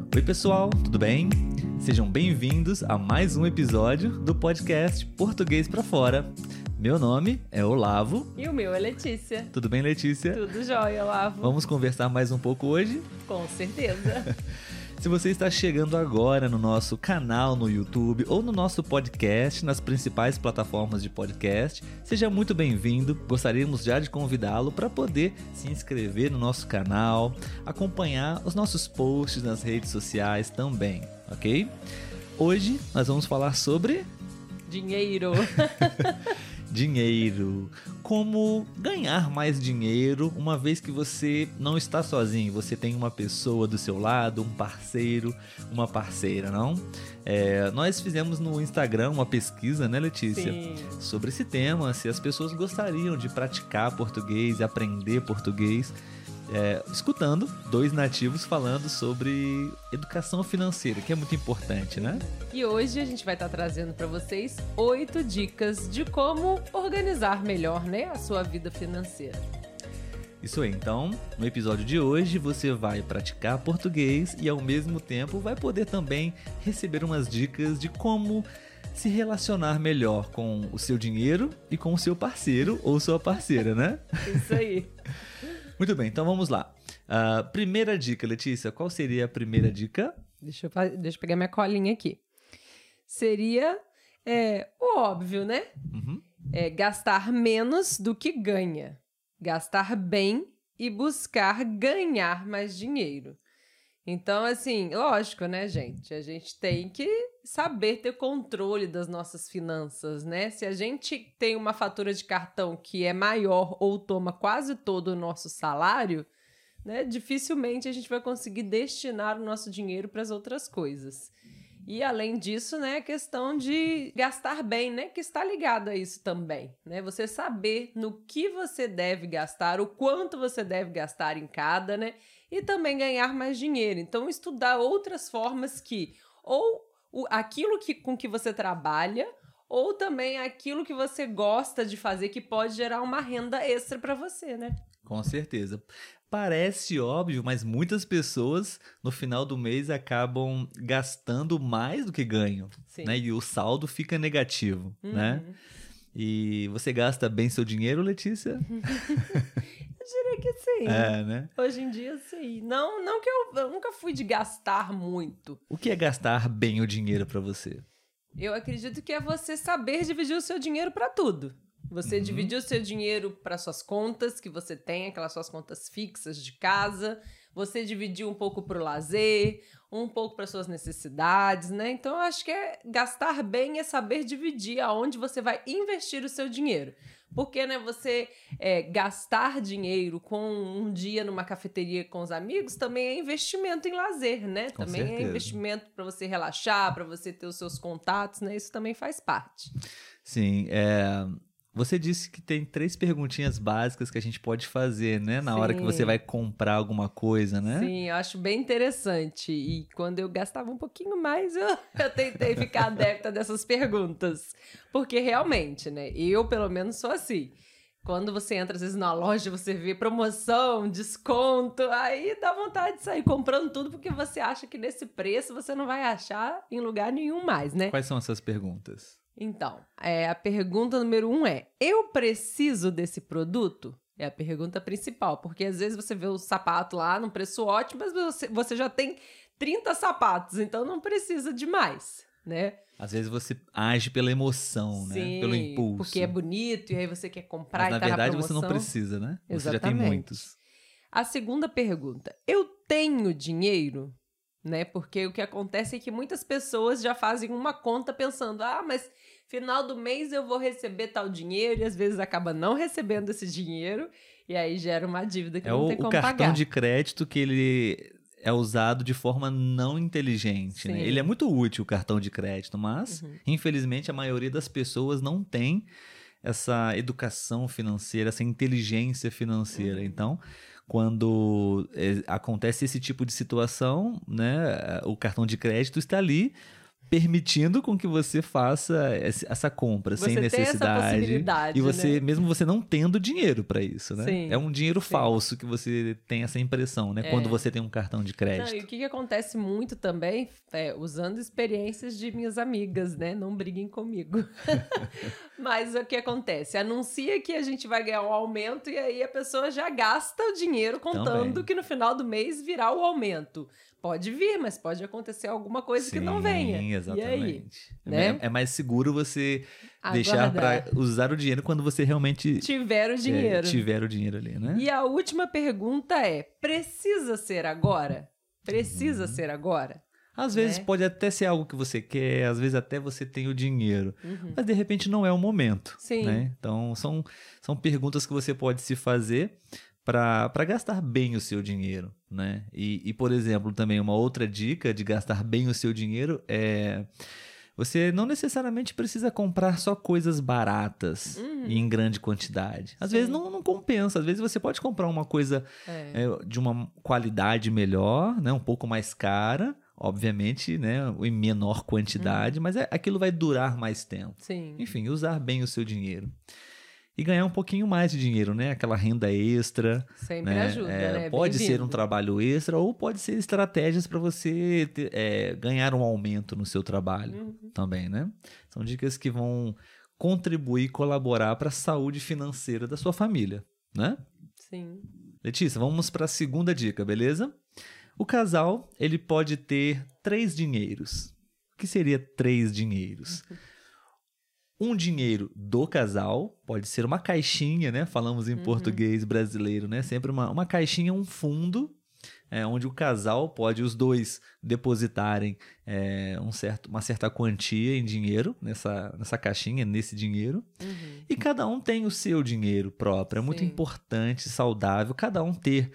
Oi pessoal, tudo bem? Sejam bem-vindos a mais um episódio do podcast Português pra Fora. Meu nome é Olavo. E o meu é Letícia. Tudo bem, Letícia? Tudo jóia, Olavo. Vamos conversar mais um pouco hoje? Com certeza. Se você está chegando agora no nosso canal no YouTube ou no nosso podcast, nas principais plataformas de podcast, seja muito bem-vindo. Gostaríamos já de convidá-lo para poder se inscrever no nosso canal, acompanhar os nossos posts nas redes sociais também, ok? Hoje nós vamos falar sobre... Dinheiro. Dinheiro. Como ganhar mais dinheiro, uma vez que você não está sozinho, você tem uma pessoa do seu lado, um parceiro, uma parceira, não? Nós fizemos no Instagram uma pesquisa, né, Letícia? Sim. Sobre esse tema, se as pessoas gostariam de praticar português e aprender português, escutando dois nativos falando sobre educação financeira, que é muito importante, né? E hoje a gente vai estar trazendo para vocês 8 dicas de como organizar melhor, né, a sua vida financeira. Isso aí, então, no episódio de hoje você vai praticar português e ao mesmo tempo vai poder também receber umas dicas de como se relacionar melhor com o seu dinheiro e com o seu parceiro ou sua parceira, né? Isso aí. Muito bem, então vamos lá. Primeira dica, Letícia, qual seria a primeira dica? Deixa eu pegar minha colinha aqui. Seria o óbvio, né? Uhum. Gastar menos do que ganha. Gastar bem e buscar ganhar mais dinheiro. Então, assim, lógico, né, gente? A gente tem que saber ter controle das nossas finanças, né? Se a gente tem uma fatura de cartão que é maior ou toma quase todo o nosso salário, né, dificilmente a gente vai conseguir destinar o nosso dinheiro para as outras coisas. E, além disso, né, a questão de gastar bem, né, que está ligado a isso também, né? Você saber no que você deve gastar, o quanto você deve gastar em cada, né? E também ganhar mais dinheiro. Então, estudar outras formas que, ou aquilo com que você trabalha, ou também aquilo que você gosta de fazer, que pode gerar uma renda extra para você, né? Com certeza. Parece óbvio, mas muitas pessoas no final do mês acabam gastando mais do que ganham, né? E o saldo fica negativo, né? E você gasta bem seu dinheiro, Letícia? Eu diria que sim. Né? Hoje em dia, sim. Não que eu nunca fui de gastar muito. O que é gastar bem o dinheiro para você? Eu acredito que é você saber dividir o seu dinheiro para tudo. Você dividir o seu dinheiro para suas contas que você tem, aquelas suas contas fixas de casa. Você dividir um pouco para o lazer, um pouco para suas necessidades, né? Então, eu acho que gastar bem é saber dividir aonde você vai investir o seu dinheiro. Porque, né, você gastar dinheiro com um dia numa cafeteria com os amigos também é investimento em lazer, né? Com também certeza. É investimento para você relaxar, para você ter os seus contatos, né? Isso também faz parte. Sim, Você disse que tem 3 perguntinhas básicas que a gente pode fazer, né? Na hora que você vai comprar alguma coisa, né? Sim, eu acho bem interessante. E quando eu gastava um pouquinho mais, eu tentei ficar adepta dessas perguntas. Porque realmente, né? Eu, pelo menos, sou assim. Quando você entra, às vezes, na loja, você vê promoção, desconto, aí dá vontade de sair comprando tudo, porque você acha que nesse preço você não vai achar em lugar nenhum mais, né? Quais são essas perguntas? Então, a pergunta número 1 é: eu preciso desse produto? É a pergunta principal, porque às vezes você vê o sapato lá num preço ótimo, mas você já tem 30 sapatos, então não precisa de mais, né? Às vezes você age pela emoção, né? Sim, Pelo impulso. porque é bonito e aí você quer comprar mas, e tá na verdade, na promoção. você não precisa, né? Você já tem Exatamente. muitos. A segunda pergunta: eu tenho dinheiro? Né? Porque o que acontece é que muitas pessoas já fazem uma conta pensando, mas final do mês eu vou receber tal dinheiro, e às vezes acaba não recebendo esse dinheiro, e aí gera uma dívida que não tem como pagar. É o cartão de crédito que ele é usado de forma não inteligente, né? Ele é muito útil, o cartão de crédito, mas infelizmente a maioria das pessoas não tem essa educação financeira, essa inteligência financeira. Então, quando acontece esse tipo de situação, né, o cartão de crédito está ali permitindo com que você faça essa compra sem necessidade. Tem essa possibilidade, e você, né? mesmo você não tendo dinheiro para isso, né? Sim, é um dinheiro falso que você tem essa impressão, né? Quando você tem um cartão de crédito. Não, e o que acontece muito também, usando experiências de minhas amigas, né? Não briguem comigo. Mas o que acontece? Anuncia que a gente vai ganhar um aumento e aí a pessoa já gasta o dinheiro contando Também. que no final do mês virá o aumento. Pode vir, mas pode acontecer alguma coisa que não venha. Sim, E exatamente. aí, né? É mais seguro você deixar para usar o dinheiro quando você realmente tiver o dinheiro. Tiver o dinheiro ali, né? E a última pergunta é: precisa ser agora? Precisa ser agora? Às vezes pode até ser algo que você quer, às vezes até você tem o dinheiro, mas de repente não é o momento. Sim. Né? Então são perguntas que você pode se fazer para gastar bem o seu dinheiro, né? E, por exemplo, também uma outra dica de gastar bem o seu dinheiro é... Você não necessariamente precisa comprar só coisas baratas e em grande quantidade. Às vezes não compensa. Às vezes você pode comprar uma coisa de uma qualidade melhor, né? Um pouco mais cara, obviamente, né? Em menor quantidade, mas aquilo vai durar mais tempo. Sim. Enfim, usar bem o seu dinheiro. E ganhar um pouquinho mais de dinheiro, né? Aquela renda extra. Sempre ajuda, né? Pode ser um trabalho extra ou pode ser estratégias para você ganhar um aumento no seu trabalho também, né? São dicas que vão contribuir e colaborar para a saúde financeira da sua família, né? Sim. Letícia, vamos para a segunda dica, beleza? O casal, ele pode ter 3 dinheiros. O que seria 3 dinheiros? Um dinheiro do casal, pode ser uma caixinha, né? Falamos em português brasileiro, né? Sempre uma caixinha, um fundo, onde o casal pode, os dois, depositarem uma certa quantia em dinheiro nessa caixinha, nesse dinheiro. E cada um tem o seu dinheiro próprio. É muito importante, saudável, cada um ter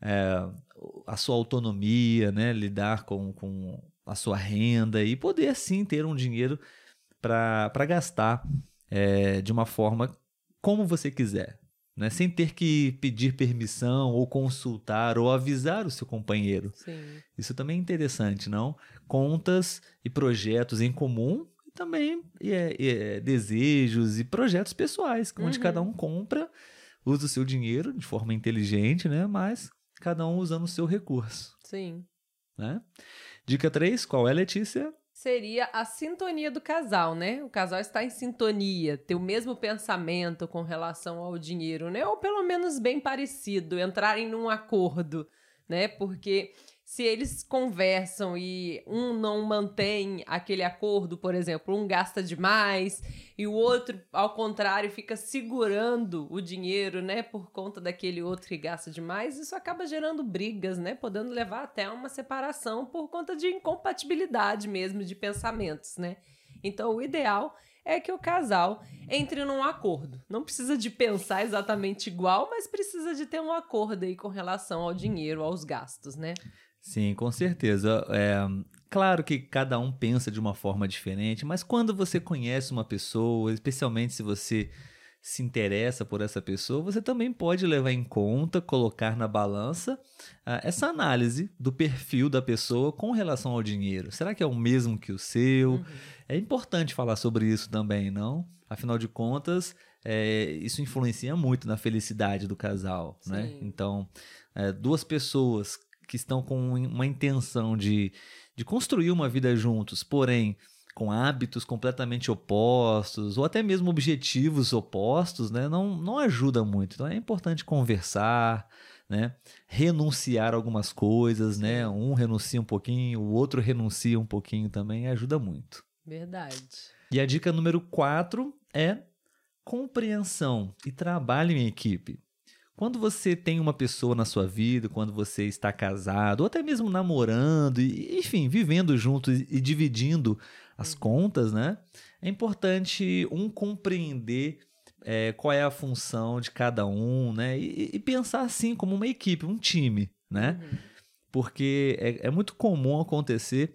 a sua autonomia, né? Lidar com a sua renda e poder, sim, ter um dinheiro para gastar de uma forma como você quiser, né? Sem ter que pedir permissão ou consultar ou avisar o seu companheiro. Sim. Isso também é interessante, não? Contas e projetos em comum e também desejos e projetos pessoais, onde cada um compra, usa o seu dinheiro de forma inteligente, né? Mas cada um usando o seu recurso. Sim. Né? Dica 3, qual é, Letícia? Seria a sintonia do casal, né? O casal está em sintonia, ter o mesmo pensamento com relação ao dinheiro, né? Ou pelo menos bem parecido, entrarem num acordo, né? Porque se eles conversam e um não mantém aquele acordo, por exemplo, um gasta demais e o outro, ao contrário, fica segurando o dinheiro, né, por conta daquele outro que gasta demais, isso acaba gerando brigas, né, podendo levar até uma separação por conta de incompatibilidade mesmo de pensamentos, né? Então, o ideal é que o casal entre num acordo. Não precisa de pensar exatamente igual, mas precisa de ter um acordo aí com relação ao dinheiro, aos gastos, né? Sim, com certeza. Claro que cada um pensa de uma forma diferente, mas quando você conhece uma pessoa, especialmente se você se interessa por essa pessoa, você também pode levar em conta, colocar na balança essa análise do perfil da pessoa com relação ao dinheiro. Será que é o mesmo que o seu? É importante falar sobre isso também, não? Afinal de contas, isso influencia muito na felicidade do casal, né? Então, 2 pessoas que estão com uma intenção de construir uma vida juntos, porém com hábitos completamente opostos ou até mesmo objetivos opostos, né? Não ajuda muito. Então é importante conversar, né? Renunciar algumas coisas, né? Um renuncia um pouquinho, o outro renuncia um pouquinho também, ajuda muito. Verdade. E a dica número 4 é compreensão e trabalho em equipe. Quando você tem uma pessoa na sua vida, quando você está casado, ou até mesmo namorando, enfim, vivendo junto e dividindo as contas, né? É importante compreender qual é a função de cada um, né? E pensar assim como uma equipe, um time, né? Porque é muito comum acontecer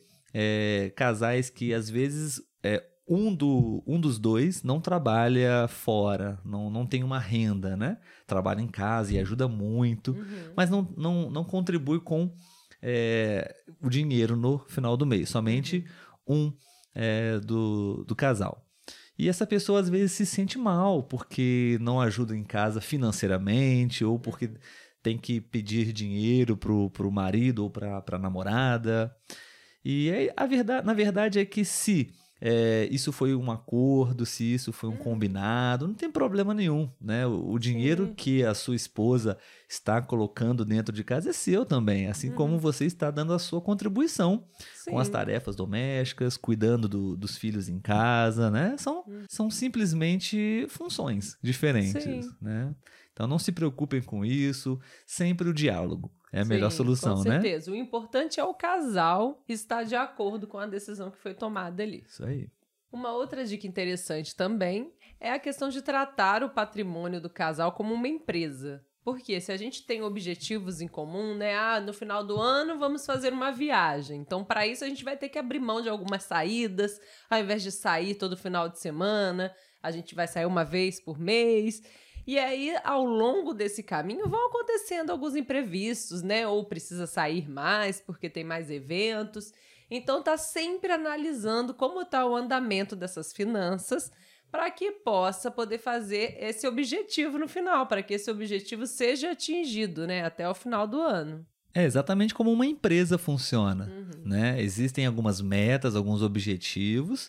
casais que às vezes um dos dois não trabalha fora, não tem uma renda, né? Trabalha em casa e ajuda muito, mas não contribui com o dinheiro no final do mês. Somente um do casal. E essa pessoa às vezes se sente mal porque não ajuda em casa financeiramente ou porque tem que pedir dinheiro pro marido ou pra namorada. E aí, na verdade é que se isso foi um acordo, se isso foi um combinado, não tem problema nenhum, né? O dinheiro que a sua esposa está colocando dentro de casa é seu também, assim como você está dando a sua contribuição com as tarefas domésticas, cuidando dos filhos em casa, né? São simplesmente funções diferentes, né? Então não se preocupem com isso, sempre o diálogo é a melhor solução, com né? certeza. O importante é o casal estar de acordo com a decisão que foi tomada ali. Isso aí. Uma outra dica interessante também é a questão de tratar o patrimônio do casal como uma empresa. Porque se a gente tem objetivos em comum, né? No final do ano vamos fazer uma viagem. Então, para isso, a gente vai ter que abrir mão de algumas saídas. Ao invés de sair todo final de semana, a gente vai sair uma vez por mês. E aí, ao longo desse caminho, vão acontecendo alguns imprevistos, né? Ou precisa sair mais porque tem mais eventos. Então, tá sempre analisando como tá o andamento dessas finanças para que possa poder fazer esse objetivo no final, para que esse objetivo seja atingido, né? Até o final do ano. É exatamente como uma empresa funciona, né? Existem algumas metas, alguns objetivos,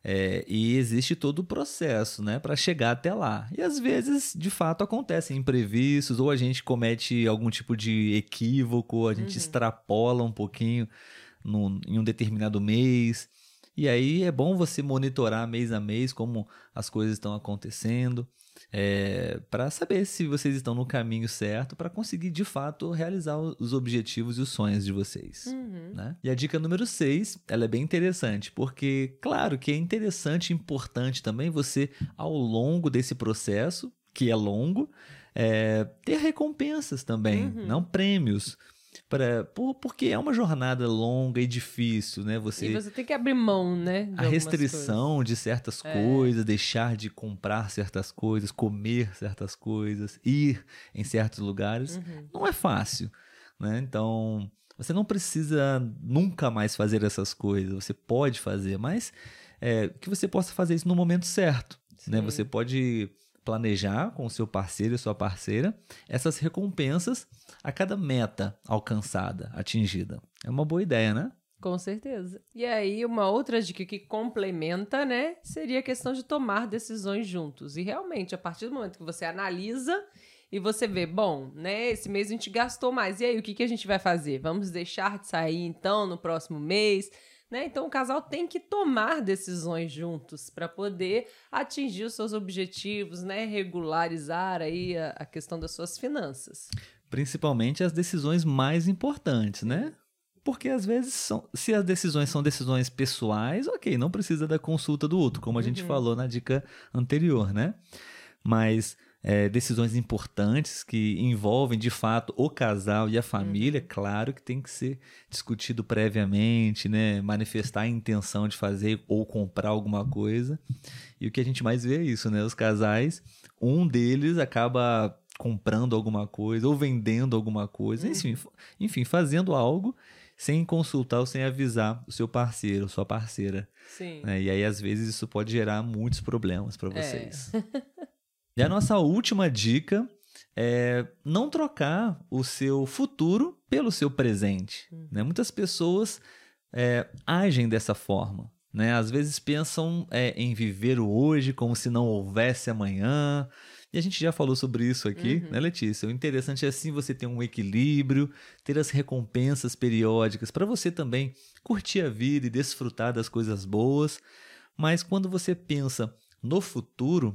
e existe todo o processo, né, para chegar até lá. E às vezes, de fato, acontecem imprevistos, ou a gente comete algum tipo de equívoco, ou a gente extrapola um pouquinho em um determinado mês. E aí é bom você monitorar mês a mês como as coisas estão acontecendo, para saber se vocês estão no caminho certo para conseguir, de fato, realizar os objetivos e os sonhos de vocês. Né? E a dica número 6, ela é bem interessante, porque, claro, que é interessante e importante também você, ao longo desse processo, que é longo, ter recompensas também, não prêmios. Porque é uma jornada longa e difícil, né? E você tem que abrir mão, né? A restrição de certas coisas, deixar de comprar certas coisas, comer certas coisas, ir em certos lugares, não é fácil, né? Então, você não precisa nunca mais fazer essas coisas. Você pode fazer, mas que você possa fazer isso no momento certo, né? Você pode planejar com o seu parceiro e sua parceira essas recompensas a cada meta alcançada, atingida. É uma boa ideia, né? Com certeza. E aí, uma outra dica que complementa, né, seria a questão de tomar decisões juntos. E realmente, a partir do momento que você analisa e você vê, bom, né, esse mês a gente gastou mais. E aí, o que a gente vai fazer? Vamos deixar de sair, então, no próximo mês? Né? Então, o casal tem que tomar decisões juntos para poder atingir os seus objetivos, né? Regularizar aí a questão das suas finanças. Principalmente as decisões mais importantes, né? Porque às vezes, se as decisões são decisões pessoais, ok, não precisa da consulta do outro, como a gente falou na dica anterior, né? Mas decisões importantes que envolvem, de fato, o casal e a família, claro que tem que ser discutido previamente, né? Manifestar a intenção de fazer ou comprar alguma coisa. E o que a gente mais vê é isso, né? Os casais, um deles acaba comprando alguma coisa ou vendendo alguma coisa, enfim, fazendo algo sem consultar ou sem avisar o seu parceiro, sua parceira. Sim. E aí, às vezes, isso pode gerar muitos problemas para vocês. E a nossa última dica é não trocar o seu futuro pelo seu presente. Né? Muitas pessoas agem dessa forma. Né? Às vezes pensam em viver o hoje como se não houvesse amanhã. E a gente já falou sobre isso aqui, né, Letícia? O interessante é assim você ter um equilíbrio, ter as recompensas periódicas para você também curtir a vida e desfrutar das coisas boas. Mas quando você pensa no futuro,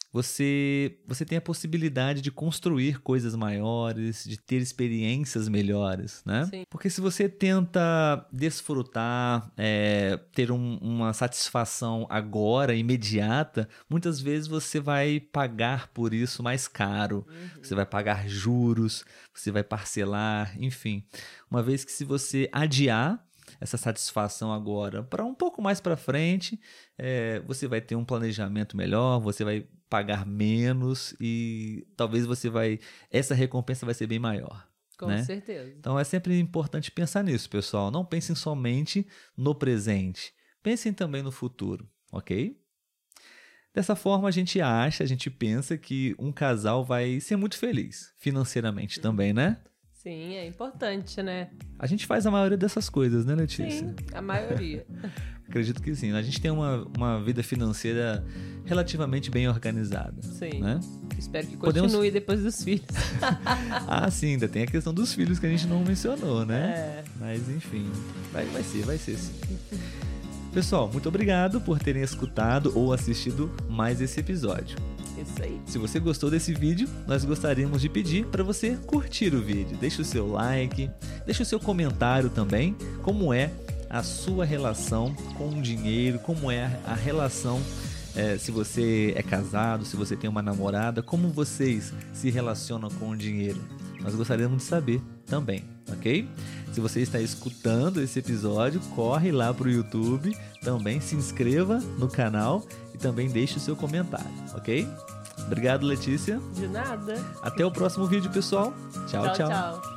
você tem a possibilidade de construir coisas maiores, de ter experiências melhores, né? Sim. Porque se você tenta desfrutar, ter uma satisfação agora, imediata, muitas vezes você vai pagar por isso mais caro. Você vai pagar juros, você vai parcelar, enfim. Uma vez que se você adiar essa satisfação agora para um pouco mais para frente, você vai ter um planejamento melhor, você vai pagar menos e talvez essa recompensa vai ser bem maior. Com certeza. Então é sempre importante pensar nisso, pessoal. Não pensem somente no presente. pensem também no futuro, ok? Dessa forma, a gente pensa que um casal vai ser muito feliz, financeiramente também, né? Sim, é importante, né? A gente faz a maioria dessas coisas, né, Letícia? Sim, a maioria. Acredito que sim. A gente tem uma vida financeira relativamente bem organizada. Sim. Né? Espero que continue depois dos filhos. Ah, sim, ainda tem a questão dos filhos que a gente não mencionou, né? É. Mas, enfim, vai ser sim. Pessoal, muito obrigado por terem escutado ou assistido mais esse episódio. Isso aí. Se você gostou desse vídeo, nós gostaríamos de pedir para você curtir o vídeo. Deixe o seu like, deixe o seu comentário também, como é a sua relação com o dinheiro, como é a relação, se você é casado, se você tem uma namorada, como vocês se relacionam com o dinheiro. Nós gostaríamos de saber também, ok? Se você está escutando esse episódio, corre lá para o YouTube, também se inscreva no canal e também deixe o seu comentário, ok? Obrigado, Letícia. De nada. Até o próximo vídeo, pessoal. Tchau, tchau.